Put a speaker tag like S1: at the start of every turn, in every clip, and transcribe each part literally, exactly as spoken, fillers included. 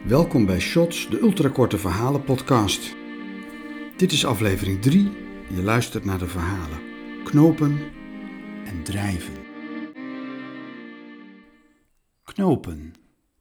S1: Welkom bij Shots, de ultrakorte verhalenpodcast. Dit is aflevering drie. Je luistert naar de verhalen Knopen en Drijven. Knopen.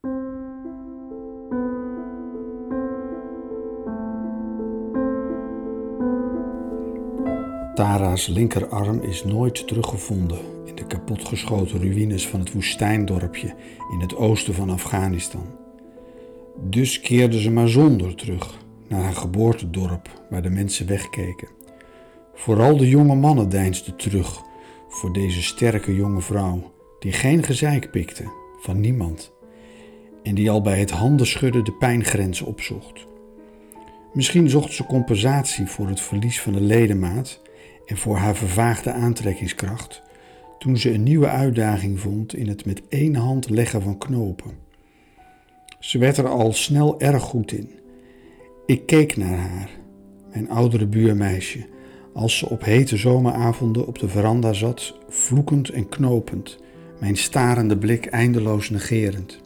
S1: Tara's linkerarm is nooit teruggevonden in de kapotgeschoten ruïnes van het woestijndorpje in het oosten van Afghanistan. Dus keerde ze maar zonder terug naar haar geboortedorp waar de mensen wegkeken. Vooral de jonge mannen deinsden terug voor deze sterke jonge vrouw die geen gezeik pikte van niemand en die al bij het handenschudden de pijngrens opzocht. Misschien zocht ze compensatie voor het verlies van de ledemaat en voor haar vervaagde aantrekkingskracht toen ze een nieuwe uitdaging vond in het met één hand leggen van knopen. Ze werd er al snel erg goed in. Ik keek naar haar, mijn oudere buurmeisje, als ze op hete zomeravonden op de veranda zat, vloekend en knopend, mijn starende blik eindeloos negerend.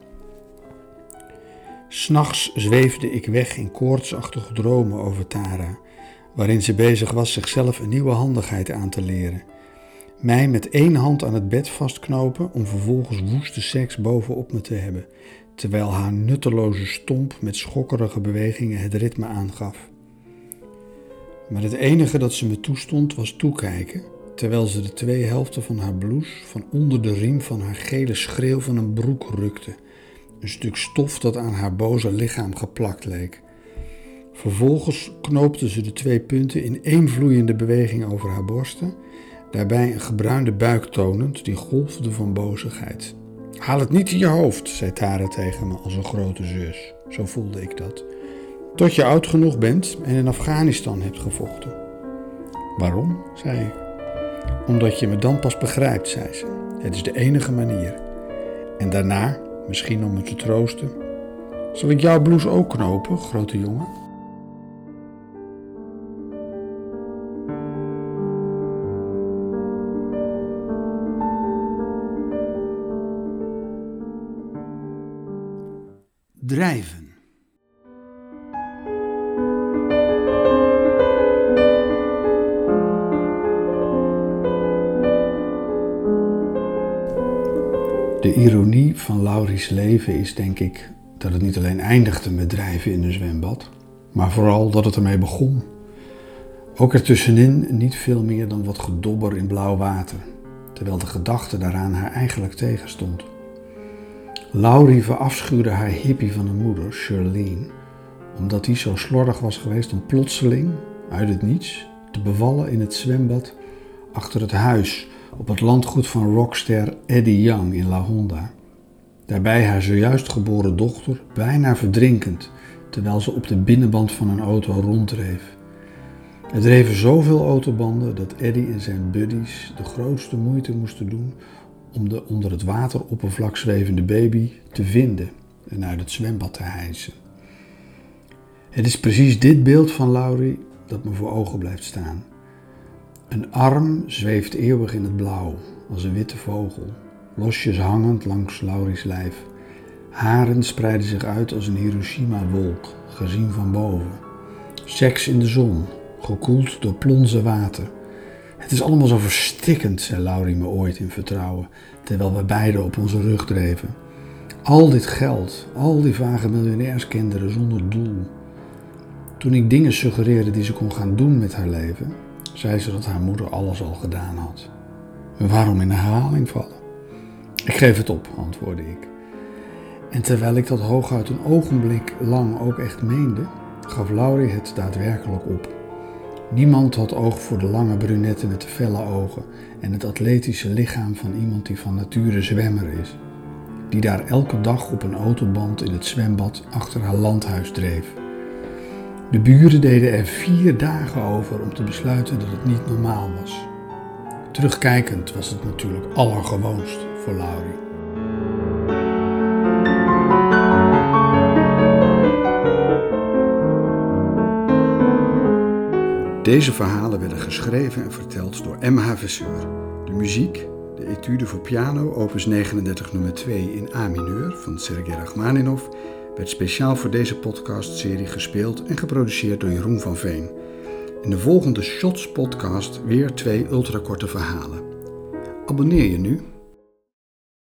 S1: 'S Nachts zweefde ik weg in koortsachtige dromen over Tara, waarin ze bezig was zichzelf een nieuwe handigheid aan te leren. Mij met één hand aan het bed vastknopen om vervolgens woeste seks bovenop me te hebben, terwijl haar nutteloze stomp met schokkerige bewegingen het ritme aangaf. Maar het enige dat ze me toestond was toekijken, terwijl ze de twee helften van haar blouse van onder de riem van haar gele schreeuw van een broek rukte, een stuk stof dat aan haar boze lichaam geplakt leek. Vervolgens knoopte ze de twee punten in één vloeiende beweging over haar borsten, daarbij een gebruinde buik tonend die golfde van bozigheid. "Haal het niet in je hoofd," zei Tara tegen me als een grote zus. Zo voelde ik dat. "Tot je oud genoeg bent en in Afghanistan hebt gevochten." "Waarom?" zei ik. "Omdat je me dan pas begrijpt," zei ze. "Het is de enige manier. En daarna, misschien om me te troosten, zal ik jouw blouse ook knopen, grote jongen?" Drijven. De ironie van Laurie's leven is, denk ik, dat het niet alleen eindigde met drijven in een zwembad, maar vooral dat het ermee begon. Ook ertussenin niet veel meer dan wat gedobber in blauw water, terwijl de gedachte daaraan haar eigenlijk tegenstond. Laurie verafschuwde haar hippie van een moeder, Charlene, omdat die zo slordig was geweest om plotseling, uit het niets, te bevallen in het zwembad achter het huis op het landgoed van rockster Eddie Young in La Honda. Daarbij haar zojuist geboren dochter bijna verdrinkend, terwijl ze op de binnenband van een auto ronddreef. Er dreven zoveel autobanden dat Eddie en zijn buddies de grootste moeite moesten doen om de onder het wateroppervlak zwevende baby te vinden en uit het zwembad te hijsen. Het is precies dit beeld van Laurie dat me voor ogen blijft staan. Een arm zweeft eeuwig in het blauw, als een witte vogel, losjes hangend langs Laurie's lijf. Haren spreiden zich uit als een Hiroshima-wolk, gezien van boven. Seks in de zon, gekoeld door plonzen water. "Het is allemaal zo verstikkend," zei Laurie me ooit in vertrouwen, terwijl we beiden op onze rug dreven. Al dit geld, al die vage miljonairskinderen zonder doel. Toen ik dingen suggereerde die ze kon gaan doen met haar leven, zei ze dat haar moeder alles al gedaan had. "Waarom in herhaling vallen?" "Ik geef het op," antwoordde ik. En terwijl ik dat hooguit een ogenblik lang ook echt meende, gaf Laurie het daadwerkelijk op. Niemand had oog voor de lange brunette met de felle ogen en het atletische lichaam van iemand die van nature zwemmer is. Die daar elke dag op een autoband in het zwembad achter haar landhuis dreef. De buren deden er vier dagen over om te besluiten dat het niet normaal was. Terugkijkend was het natuurlijk allergewoonst voor Laurie. Deze verhalen werden geschreven en verteld door M H Vesseur. De muziek, de etude voor piano, opus negenendertig nummer twee in A mineur van Sergei Rachmaninov, werd speciaal voor deze podcastserie gespeeld en geproduceerd door Jeroen van Veen. In de volgende Shots podcast weer twee ultrakorte verhalen. Abonneer je nu.